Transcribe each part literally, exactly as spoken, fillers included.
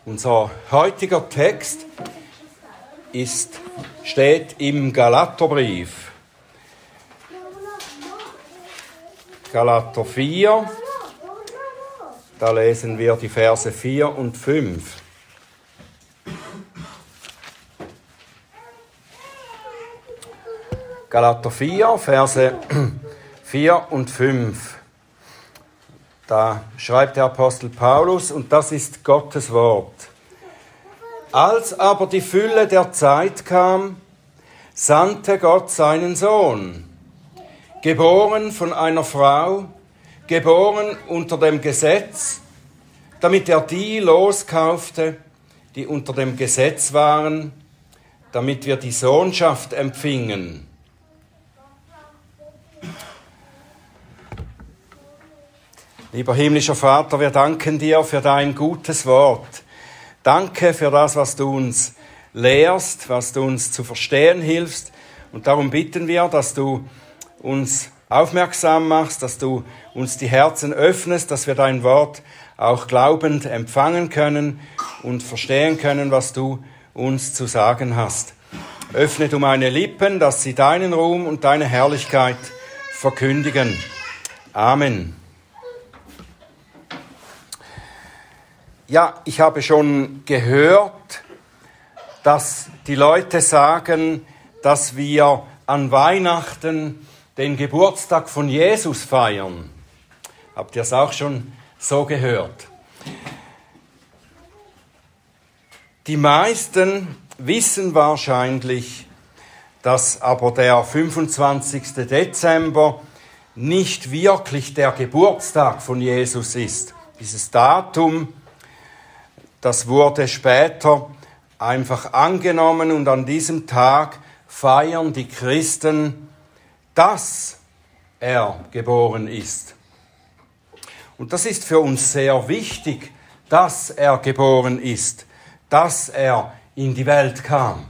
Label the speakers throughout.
Speaker 1: Unser heutiger Text ist, steht im Galaterbrief. Galater vier, da lesen wir die Verse vier und fünf. Galater vier, Verse vier und fünf. Da schreibt der Apostel Paulus, und das ist Gottes Wort. Als aber die Fülle der Zeit kam, sandte Gott seinen Sohn, geboren von einer Frau, geboren unter dem Gesetz, damit er die loskaufte, die unter dem Gesetz waren, damit wir die Sohnschaft empfingen. Lieber himmlischer Vater, wir danken dir für dein gutes Wort. Danke für das, was du uns lehrst, was du uns zu verstehen hilfst. Und darum bitten wir, dass du uns aufmerksam machst, dass du uns die Herzen öffnest, dass wir dein Wort auch glaubend empfangen können und verstehen können, was du uns zu sagen hast. Öffne du meine Lippen, dass sie deinen Ruhm und deine Herrlichkeit verkündigen. Amen. Ja, ich habe schon gehört, dass die Leute sagen, dass wir an Weihnachten den Geburtstag von Jesus feiern. Habt ihr es auch schon so gehört? Die meisten wissen wahrscheinlich, dass aber der fünfundzwanzigster Dezember nicht wirklich der Geburtstag von Jesus ist. Dieses Datum, das wurde später einfach angenommen und an diesem Tag feiern die Christen, dass er geboren ist. Und das ist für uns sehr wichtig, dass er geboren ist, dass er in die Welt kam.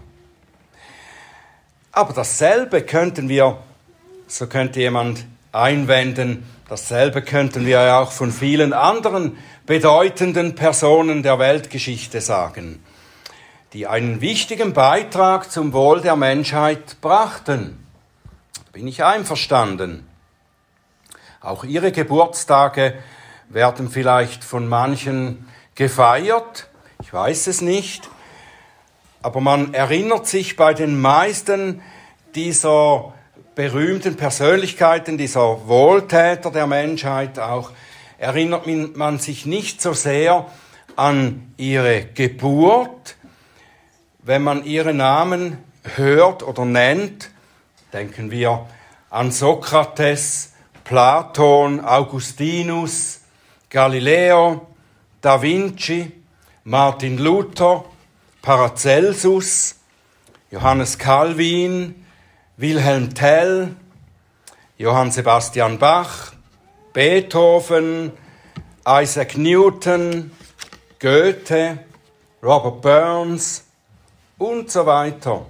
Speaker 1: Aber dasselbe könnten wir, so könnte jemand einwenden, dasselbe könnten wir ja auch von vielen anderen bedeutenden Personen der Weltgeschichte sagen, die einen wichtigen Beitrag zum Wohl der Menschheit brachten. Da bin ich einverstanden. Auch ihre Geburtstage werden vielleicht von manchen gefeiert, ich weiß es nicht, aber man erinnert sich bei den meisten dieser berühmten Persönlichkeiten, dieser Wohltäter der Menschheit auch, erinnert man sich nicht so sehr an ihre Geburt. Wenn man ihre Namen hört oder nennt, denken wir an Sokrates, Platon, Augustinus, Galileo, Da Vinci, Martin Luther, Paracelsus, Johannes Calvin, Wilhelm Tell, Johann Sebastian Bach, Beethoven, Isaac Newton, Goethe, Robert Burns und so weiter.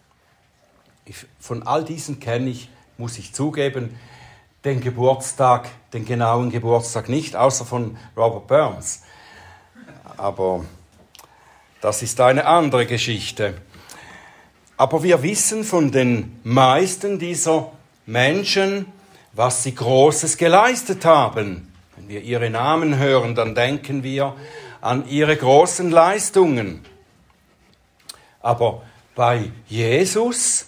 Speaker 1: Ich, von all diesen kenne ich, muss ich zugeben, den Geburtstag, den genauen Geburtstag nicht, außer von Robert Burns. Aber das ist eine andere Geschichte. Aber wir wissen von den meisten dieser Menschen, was sie Großes geleistet haben. Wenn wir ihre Namen hören, dann denken wir an ihre großen Leistungen. Aber bei Jesus,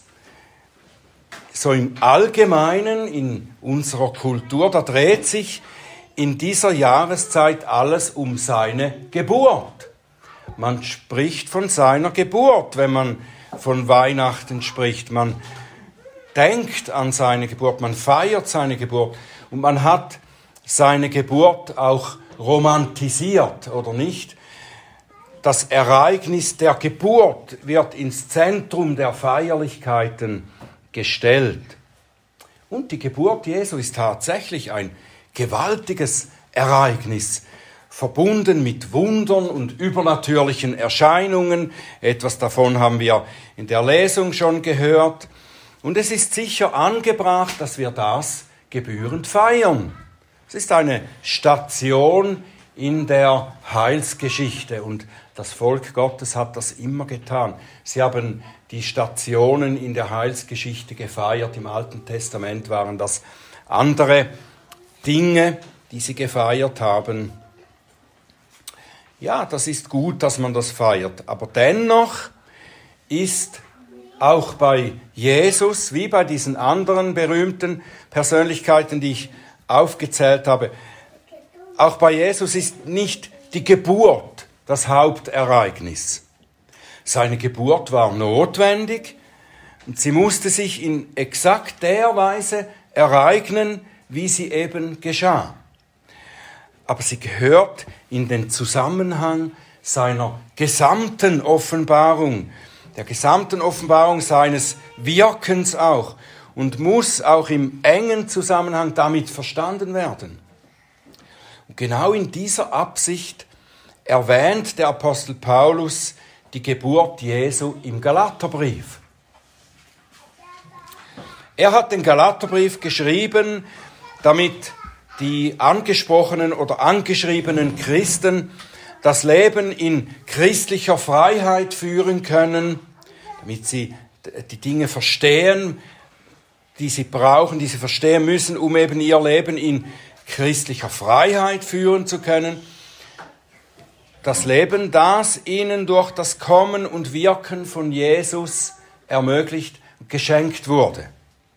Speaker 1: so im Allgemeinen in unserer Kultur, da dreht sich in dieser Jahreszeit alles um seine Geburt. Man spricht von seiner Geburt, wenn man von Weihnachten spricht. Man denkt an seine Geburt, man feiert seine Geburt und man hat seine Geburt auch romantisiert, oder nicht? Das Ereignis der Geburt wird ins Zentrum der Feierlichkeiten gestellt. Und die Geburt Jesu ist tatsächlich ein gewaltiges Ereignis, verbunden mit Wundern und übernatürlichen Erscheinungen. Etwas davon haben wir in der Lesung schon gehört. Und es ist sicher angebracht, dass wir das gebührend feiern. Es ist eine Station in der Heilsgeschichte und das Volk Gottes hat das immer getan. Sie haben die Stationen in der Heilsgeschichte gefeiert. Im Alten Testament waren das andere Dinge, die sie gefeiert haben. Ja, das ist gut, dass man das feiert. Aber dennoch ist auch bei Jesus, wie bei diesen anderen berühmten Persönlichkeiten, die ich aufgezählt habe, auch bei Jesus ist nicht die Geburt das Hauptereignis. Seine Geburt war notwendig und sie musste sich in exakt der Weise ereignen, wie sie eben geschah. Aber sie gehört in den Zusammenhang seiner gesamten Offenbarung, der gesamten Offenbarung seines Wirkens auch und muss auch im engen Zusammenhang damit verstanden werden. Und genau in dieser Absicht erwähnt der Apostel Paulus die Geburt Jesu im Galaterbrief. Er hat den Galaterbrief geschrieben, damit die angesprochenen oder angeschriebenen Christen das Leben in christlicher Freiheit führen können, damit sie die Dinge verstehen, die sie brauchen, die sie verstehen müssen, um eben ihr Leben in christlicher Freiheit führen zu können. Das Leben, das ihnen durch das Kommen und Wirken von Jesus ermöglicht und geschenkt wurde.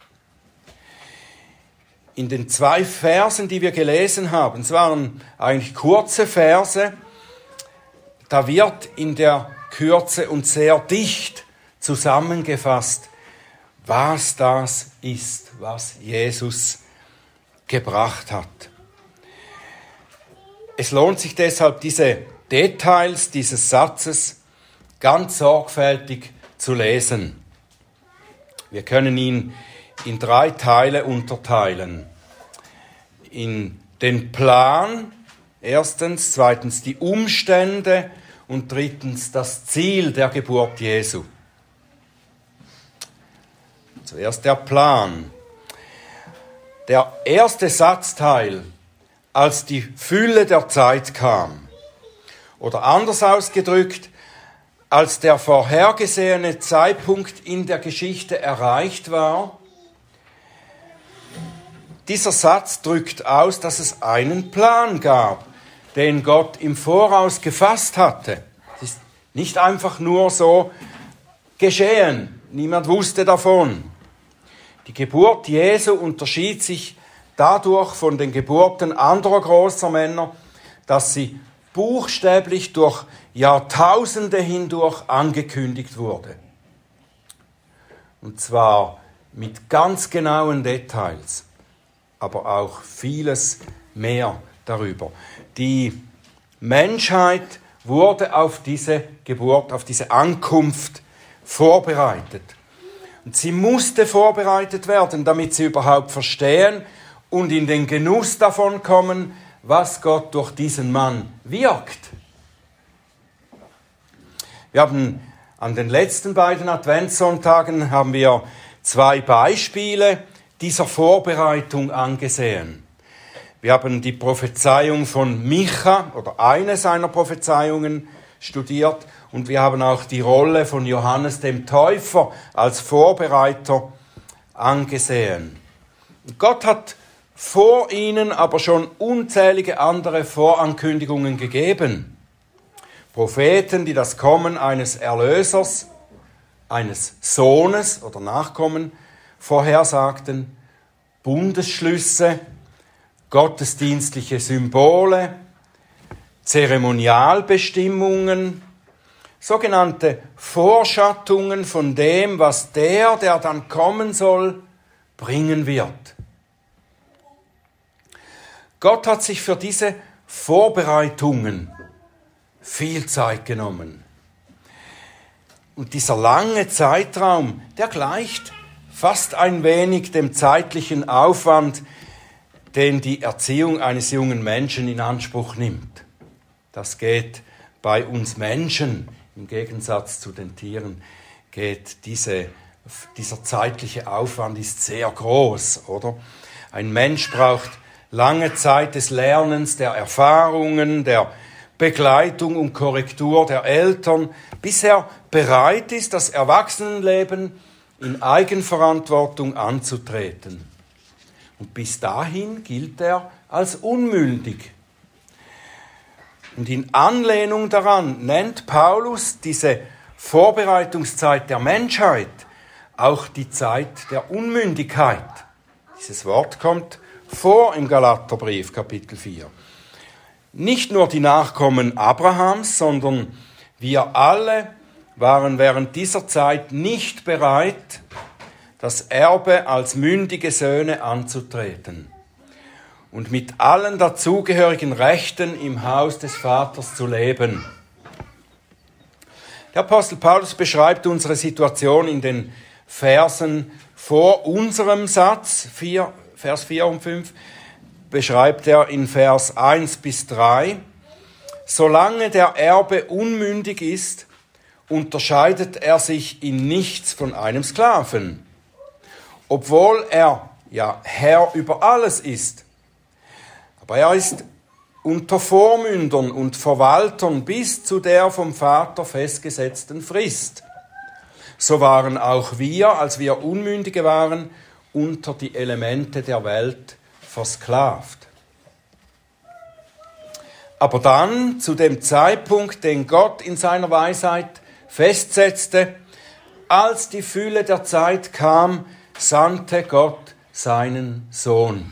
Speaker 1: In den zwei Versen, die wir gelesen haben, es waren eigentlich kurze Verse, da wird in der Kürze und sehr dicht zusammengefasst, was das ist, was Jesus gebracht hat. Es lohnt sich deshalb, diese Details dieses Satzes ganz sorgfältig zu lesen. Wir können ihn in drei Teile unterteilen. In den Plan, erstens, zweitens die Umstände und drittens das Ziel der Geburt Jesu. Zuerst der Plan. Der erste Satzteil, als die Fülle der Zeit kam, oder anders ausgedrückt, als der vorhergesehene Zeitpunkt in der Geschichte erreicht war, dieser Satz drückt aus, dass es einen Plan gab, den Gott im Voraus gefasst hatte. Es ist nicht einfach nur so geschehen, niemand wusste davon. Die Geburt Jesu unterschied sich dadurch von den Geburten anderer großer Männer, dass sie buchstäblich durch Jahrtausende hindurch angekündigt wurde. Und zwar mit ganz genauen Details, aber auch vieles mehr darüber. Die Menschheit wurde auf diese Geburt, auf diese Ankunft vorbereitet. Und sie musste vorbereitet werden, damit sie überhaupt verstehen und in den Genuss davon kommen, was Gott durch diesen Mann wirkt. Wir haben an den letzten beiden Adventssonntagen haben wir zwei Beispiele dieser Vorbereitung angesehen. Wir haben die Prophezeiung von Micha oder eine seiner Prophezeiungen studiert und wir haben auch die Rolle von Johannes dem Täufer als Vorbereiter angesehen. Gott hat vor ihnen aber schon unzählige andere Vorankündigungen gegeben. Propheten, die das Kommen eines Erlösers, eines Sohnes oder Nachkommen vorhersagten, Bundesschlüsse, gottesdienstliche Symbole, Zeremonialbestimmungen, sogenannte Vorschattungen von dem, was der, der dann kommen soll, bringen wird. Gott hat sich für diese Vorbereitungen viel Zeit genommen. Und dieser lange Zeitraum, der gleicht fast ein wenig dem zeitlichen Aufwand, den die Erziehung eines jungen Menschen in Anspruch nimmt. Das geht bei uns Menschen, im Gegensatz zu den Tieren, geht diese, dieser zeitliche Aufwand ist sehr groß, oder? Ein Mensch braucht lange Zeit des Lernens, der Erfahrungen, der Begleitung und Korrektur der Eltern, bis er bereit ist, das Erwachsenenleben in Eigenverantwortung anzutreten. Und bis dahin gilt er als unmündig. Und in Anlehnung daran nennt Paulus diese Vorbereitungszeit der Menschheit auch die Zeit der Unmündigkeit. Dieses Wort kommt vor im Galaterbrief, Kapitel vier. Nicht nur die Nachkommen Abrahams, sondern wir alle waren während dieser Zeit nicht bereit, das Erbe als mündige Söhne anzutreten und mit allen dazugehörigen Rechten im Haus des Vaters zu leben. Der Apostel Paulus beschreibt unsere Situation in den Versen vor unserem Satz, vier, Vers vier und fünf, beschreibt er in Vers eins bis drei. Solange der Erbe unmündig ist, unterscheidet er sich in nichts von einem Sklaven, obwohl er ja Herr über alles ist. Aber er ist unter Vormündern und Verwaltern bis zu der vom Vater festgesetzten Frist. So waren auch wir, als wir Unmündige waren, unter die Elemente der Welt versklavt. Aber dann, zu dem Zeitpunkt, den Gott in seiner Weisheit festsetzte, als die Fülle der Zeit kam, sandte Gott seinen Sohn.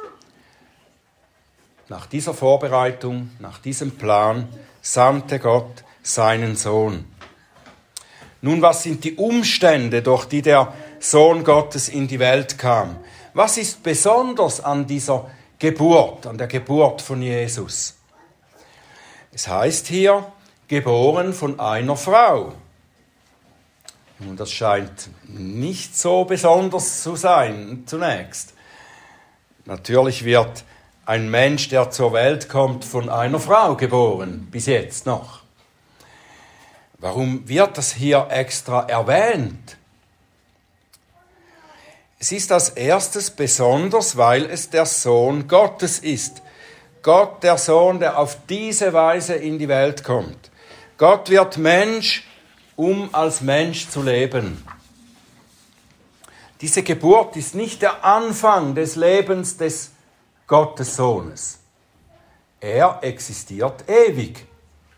Speaker 1: Nach dieser Vorbereitung, nach diesem Plan, sandte Gott seinen Sohn. Nun, was sind die Umstände, durch die der Sohn Gottes in die Welt kam? Was ist besonders an dieser Geburt, an der Geburt von Jesus? Es heißt hier, geboren von einer Frau. Nun, das scheint nicht so besonders zu sein, zunächst. Natürlich wird ein Mensch, der zur Welt kommt, von einer Frau geboren, bis jetzt noch. Warum wird das hier extra erwähnt? Es ist als erstes besonders, weil es der Sohn Gottes ist. Gott, der Sohn, der auf diese Weise in die Welt kommt. Gott wird Mensch, um als Mensch zu leben. Diese Geburt ist nicht der Anfang des Lebens des Gottessohnes. Er existiert ewig.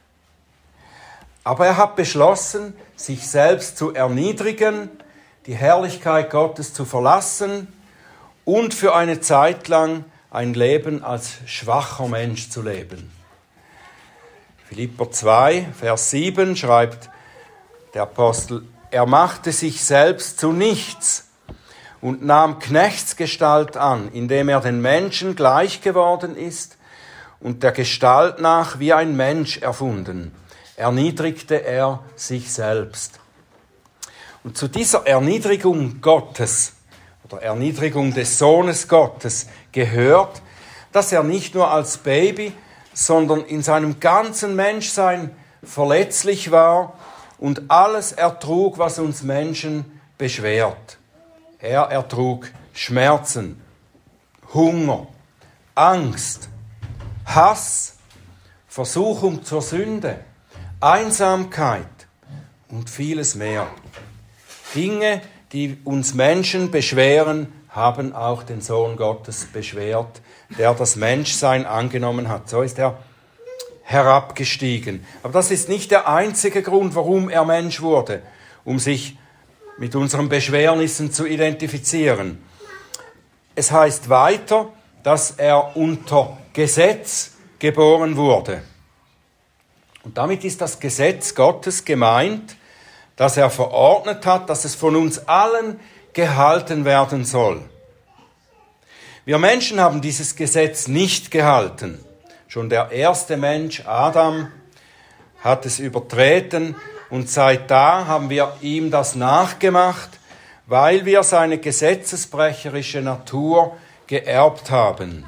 Speaker 1: Aber er hat beschlossen, sich selbst zu erniedrigen, die Herrlichkeit Gottes zu verlassen und für eine Zeit lang ein Leben als schwacher Mensch zu leben. Philipper zwei, Vers sieben schreibt der Apostel, er machte sich selbst zu nichts und nahm Knechtsgestalt an, indem er den Menschen gleich geworden ist und der Gestalt nach wie ein Mensch erfunden. Erniedrigte er sich selbst. Und zu dieser Erniedrigung Gottes oder Erniedrigung des Sohnes Gottes gehört, dass er nicht nur als Baby, sondern in seinem ganzen Menschsein verletzlich war und alles ertrug, was uns Menschen beschwert. Er ertrug Schmerzen, Hunger, Angst, Hass, Versuchung zur Sünde, Einsamkeit und vieles mehr. Dinge, die uns Menschen beschweren, haben auch den Sohn Gottes beschwert, der das Menschsein angenommen hat. So ist er herabgestiegen. Aber das ist nicht der einzige Grund, warum er Mensch wurde, um sich mit unseren Beschwernissen zu identifizieren. Es heißt weiter, dass er unter Gesetz geboren wurde. Und damit ist das Gesetz Gottes gemeint, das er verordnet hat, dass es von uns allen gehalten werden soll. Wir Menschen haben dieses Gesetz nicht gehalten. Schon der erste Mensch, Adam, hat es übertreten und seit da haben wir ihm das nachgemacht, weil wir seine gesetzesbrecherische Natur geerbt haben.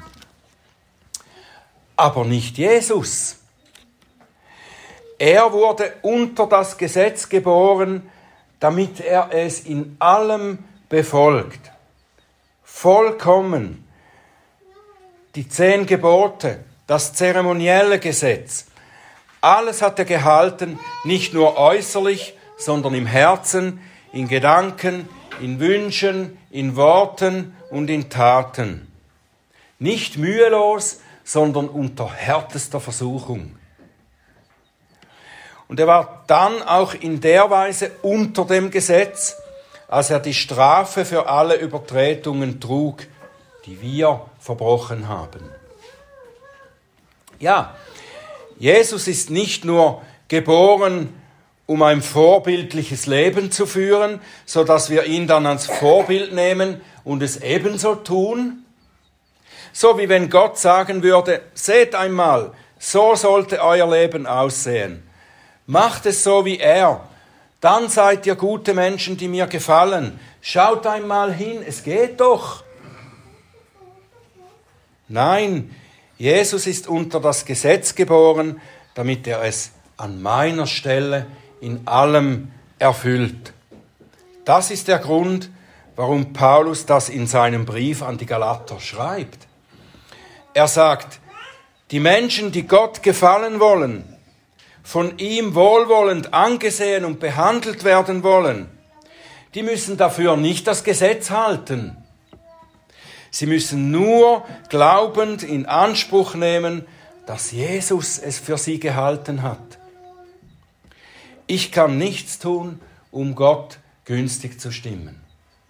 Speaker 1: Aber nicht Jesus. Er wurde unter das Gesetz geboren, damit er es in allem befolgt. Vollkommen. die zehn Gebote, das zeremonielle Gesetz, alles hat er gehalten, nicht nur äußerlich, sondern im Herzen, in Gedanken, in Wünschen, in Worten und in Taten. Nicht mühelos, sondern unter härtester Versuchung. Und er war dann auch in der Weise unter dem Gesetz, als er die Strafe für alle Übertretungen trug, die wir verbrochen haben. Ja, Jesus ist nicht nur geboren, um ein vorbildliches Leben zu führen, so dass wir ihn dann als Vorbild nehmen und es ebenso tun. So wie wenn Gott sagen würde, seht einmal, so sollte euer Leben aussehen. Macht es so wie er. Dann seid ihr gute Menschen, die mir gefallen. Schaut einmal hin, es geht doch. Nein, Jesus ist unter das Gesetz geboren, damit er es an meiner Stelle in allem erfüllt. Das ist der Grund, warum Paulus das in seinem Brief an die Galater schreibt. Er sagt, die Menschen, die Gott gefallen wollen, von ihm wohlwollend angesehen und behandelt werden wollen, die müssen dafür nicht das Gesetz halten. Sie müssen nur glaubend in Anspruch nehmen, dass Jesus es für sie gehalten hat. Ich kann nichts tun, um Gott günstig zu stimmen.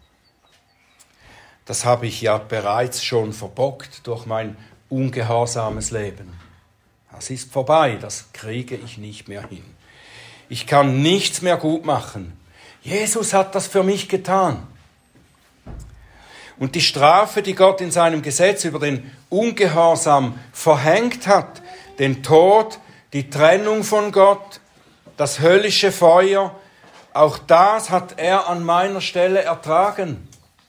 Speaker 1: Das habe ich ja bereits schon verbockt durch mein ungehorsames Leben. Das ist vorbei, das kriege ich nicht mehr hin. Ich kann nichts mehr gut machen. Jesus hat das für mich getan. Und die Strafe, die Gott in seinem Gesetz über den Ungehorsam verhängt hat, den Tod, die Trennung von Gott, das höllische Feuer, auch das hat er an meiner Stelle ertragen.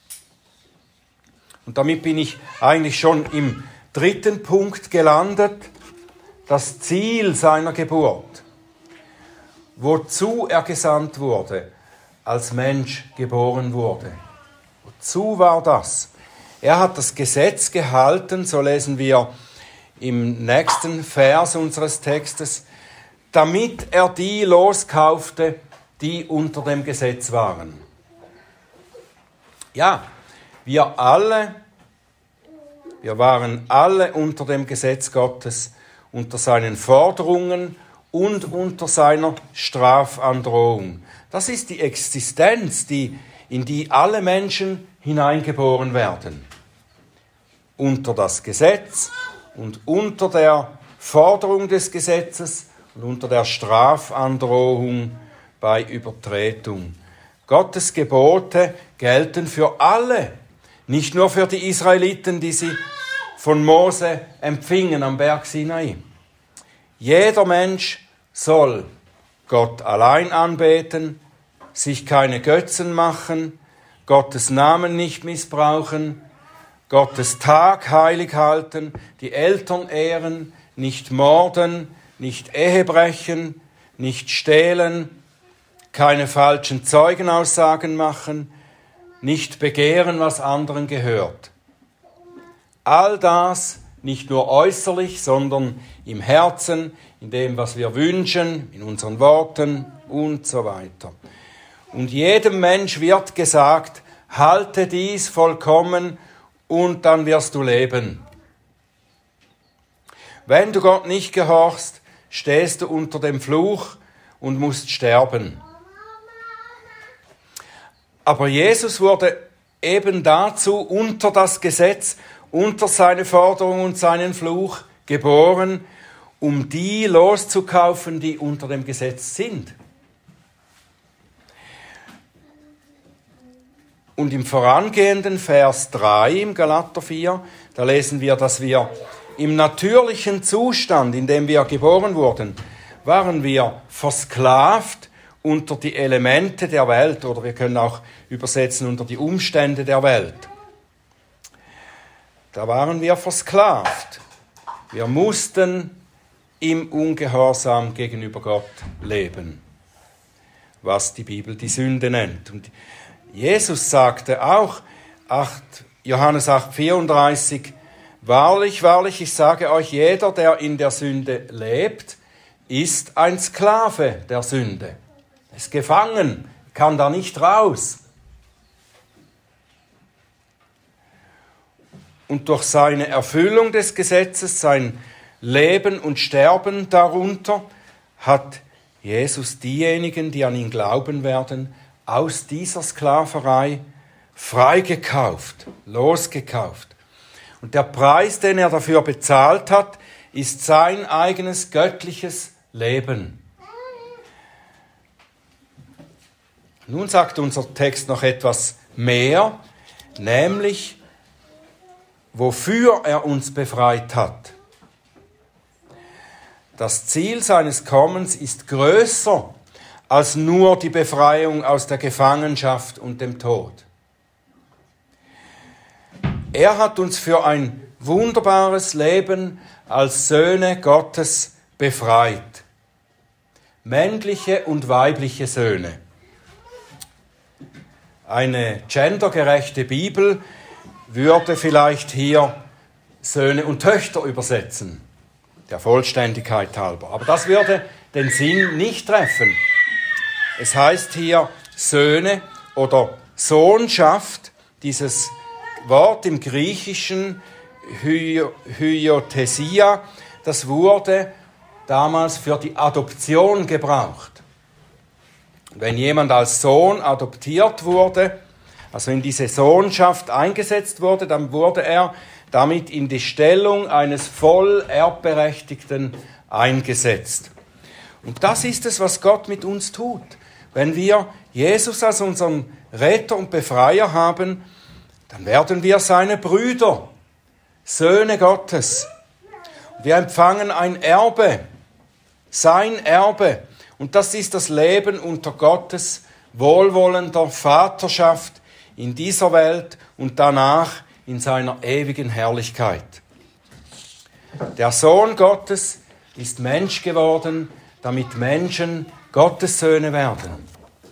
Speaker 1: Und damit bin ich eigentlich schon im dritten Punkt gelandet, das Ziel seiner Geburt, wozu er gesandt wurde, als Mensch geboren wurde. Wozu war das? Er hat das Gesetz gehalten, so lesen wir im nächsten Vers unseres Textes, damit er die loskaufte, die unter dem Gesetz waren. Ja, wir alle, wir waren alle unter dem Gesetz Gottes, unter seinen Forderungen und unter seiner Strafandrohung. Das ist die Existenz, die, in die alle Menschen hineingeboren werden. Unter das Gesetz und unter der Forderung des Gesetzes und unter der Strafandrohung bei Übertretung. Gottes Gebote gelten für alle, nicht nur für die Israeliten, die sie von Mose empfingen am Berg Sinai. Jeder Mensch soll Gott allein anbeten, sich keine Götzen machen, Gottes Namen nicht missbrauchen, Gottes Tag heilig halten, die Eltern ehren, nicht morden, nicht Ehe brechen, nicht stehlen, keine falschen Zeugenaussagen machen, nicht begehren, was anderen gehört. All das nicht nur äußerlich, sondern im Herzen, in dem, was wir wünschen, in unseren Worten und so weiter. Und jedem Mensch wird gesagt, halte dies vollkommen und dann wirst du leben. Wenn du Gott nicht gehorchst, stehst du unter dem Fluch und musst sterben. Aber Jesus wurde eben dazu unter das Gesetz, unter seine Forderung und seinen Fluch geboren, um die loszukaufen, die unter dem Gesetz sind. Und im vorangehenden Vers drei im Galater vier, da lesen wir, dass wir im natürlichen Zustand, in dem wir geboren wurden, waren wir versklavt unter die Elemente der Welt, oder wir können auch übersetzen unter die Umstände der Welt. Da waren wir versklavt. Wir mussten im Ungehorsam gegenüber Gott leben, was die Bibel die Sünde nennt. Und Jesus sagte auch, Johannes acht vierunddreißig, Wahrlich, wahrlich, ich sage euch, jeder, der in der Sünde lebt, ist ein Sklave der Sünde. Er ist gefangen, kann da nicht raus. Und durch seine Erfüllung des Gesetzes, sein Leben und Sterben darunter, hat Jesus diejenigen, die an ihn glauben werden, aus dieser Sklaverei freigekauft, losgekauft. Und der Preis, den er dafür bezahlt hat, ist sein eigenes göttliches Leben. Nun sagt unser Text noch etwas mehr, nämlich wofür er uns befreit hat. Das Ziel seines Kommens ist größer als nur die Befreiung aus der Gefangenschaft und dem Tod. Er hat uns für ein wunderbares Leben als Söhne Gottes befreit. Männliche und weibliche Söhne. Eine gendergerechte Bibel würde vielleicht hier Söhne und Töchter übersetzen, der Vollständigkeit halber. Aber das würde den Sinn nicht treffen. Es heißt hier Söhne oder Sohnschaft, dieses Wort im Griechischen Hyothesia, das wurde damals für die Adoption gebraucht. Wenn jemand als Sohn adoptiert wurde, also in diese Sohnschaft eingesetzt wurde, dann wurde er damit in die Stellung eines voll Erbberechtigten eingesetzt. Und das ist es, was Gott mit uns tut. Wenn wir Jesus als unseren Retter und Befreier haben, dann werden wir seine Brüder, Söhne Gottes. Wir empfangen ein Erbe, sein Erbe. Und das ist das Leben unter Gottes wohlwollender Vaterschaft in dieser Welt und danach in seiner ewigen Herrlichkeit. Der Sohn Gottes ist Mensch geworden, damit Menschen Gottes Söhne werden.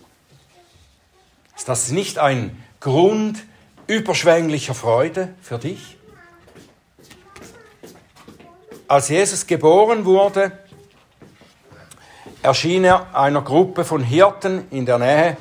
Speaker 1: Ist das nicht ein Grund überschwänglicher Freude für dich? Als Jesus geboren wurde, erschien er einer Gruppe von Hirten in der Nähe.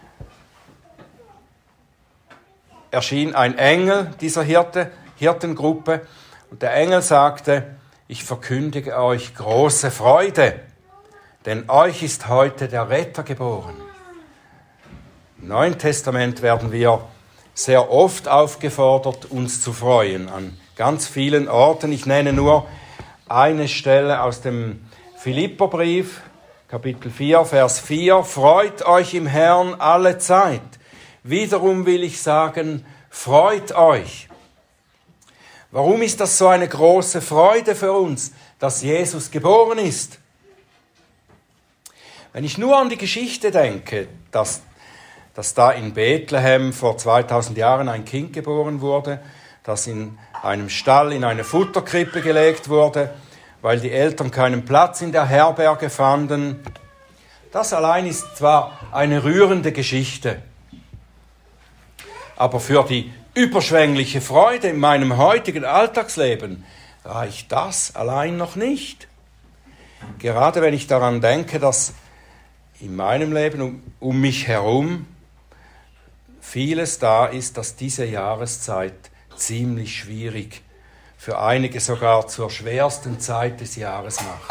Speaker 1: Erschien ein Engel dieser Hirte, Hirtengruppe, und der Engel sagte: Ich verkündige euch große Freude, denn euch ist heute der Retter geboren. Im Neuen Testament werden wir sehr oft aufgefordert, uns zu freuen, an ganz vielen Orten. Ich nenne nur eine Stelle aus dem Philipperbrief, Kapitel vier, Vers vier. Freut euch im Herrn alle Zeit. Wiederum will ich sagen, freut euch. Warum ist das so eine große Freude für uns, dass Jesus geboren ist? Wenn ich nur an die Geschichte denke, dass, dass da in Bethlehem vor zweitausend Jahren ein Kind geboren wurde, das in einem Stall in eine Futterkrippe gelegt wurde, weil die Eltern keinen Platz in der Herberge fanden. Das allein ist zwar eine rührende Geschichte, aber für die überschwängliche Freude in meinem heutigen Alltagsleben reicht das allein noch nicht. Gerade wenn ich daran denke, dass in meinem Leben um, um mich herum vieles da ist, dass diese Jahreszeit ziemlich schwierig, für einige sogar zur schwersten Zeit des Jahres macht.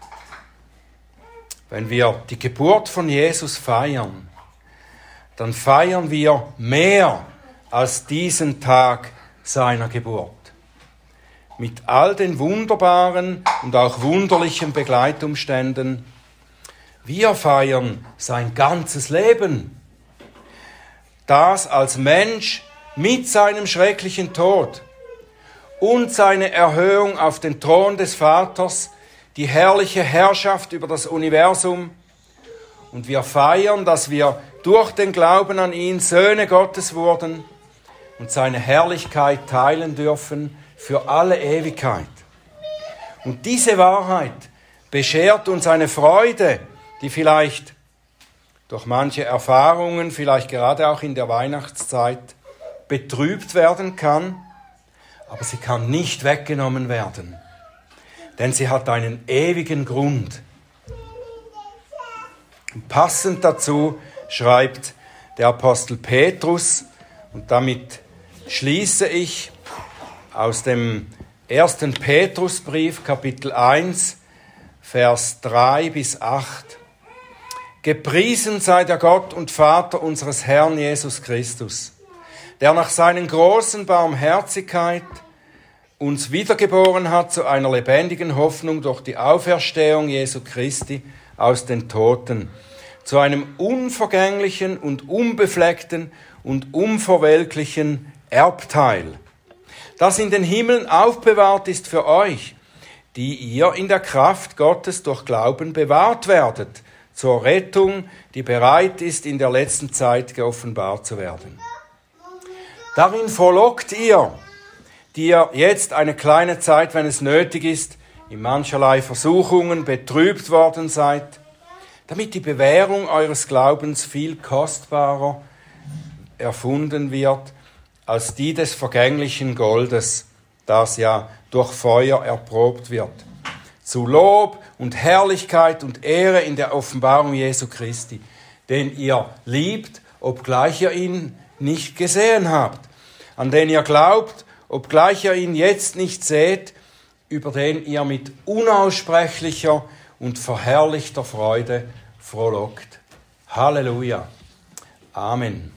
Speaker 1: Wenn wir die Geburt von Jesus feiern, dann feiern wir mehr als diesen Tag seiner Geburt. Mit all den wunderbaren und auch wunderlichen Begleitumständen. Wir feiern sein ganzes Leben. Das als Mensch mit seinem schrecklichen Tod und seine Erhöhung auf den Thron des Vaters, die herrliche Herrschaft über das Universum. Und wir feiern, dass wir durch den Glauben an ihn Söhne Gottes wurden und seine Herrlichkeit teilen dürfen für alle Ewigkeit. Und diese Wahrheit beschert uns eine Freude, die vielleicht durch manche Erfahrungen, vielleicht gerade auch in der Weihnachtszeit, betrübt werden kann. aber sie kann nicht weggenommen werden, denn sie hat einen ewigen Grund. Und passend dazu schreibt der Apostel Petrus, und damit schließe ich aus dem ersten Petrusbrief, Kapitel eins, Vers drei bis acht. Gepriesen sei der Gott und Vater unseres Herrn Jesus Christus, der nach seinen großen Barmherzigkeit uns wiedergeboren hat zu einer lebendigen Hoffnung durch die Auferstehung Jesu Christi aus den Toten, zu einem unvergänglichen und unbefleckten und unverwelklichen Erbteil, das in den Himmeln aufbewahrt ist für euch, die ihr in der Kraft Gottes durch Glauben bewahrt werdet, zur Rettung, die bereit ist, in der letzten Zeit geoffenbart zu werden. Darin frohlockt ihr, die ihr jetzt eine kleine Zeit, wenn es nötig ist, in mancherlei Versuchungen betrübt worden seid, damit die Bewährung eures Glaubens viel kostbarer erfunden wird als die des vergänglichen Goldes, das ja durch Feuer erprobt wird, zu Lob und Herrlichkeit und Ehre in der Offenbarung Jesu Christi, den ihr liebt, obgleich ihr ihn nicht gesehen habt, an den ihr glaubt, obgleich ihr ihn jetzt nicht seht, über den ihr mit unaussprechlicher und verherrlichter Freude frohlockt. Halleluja. Amen.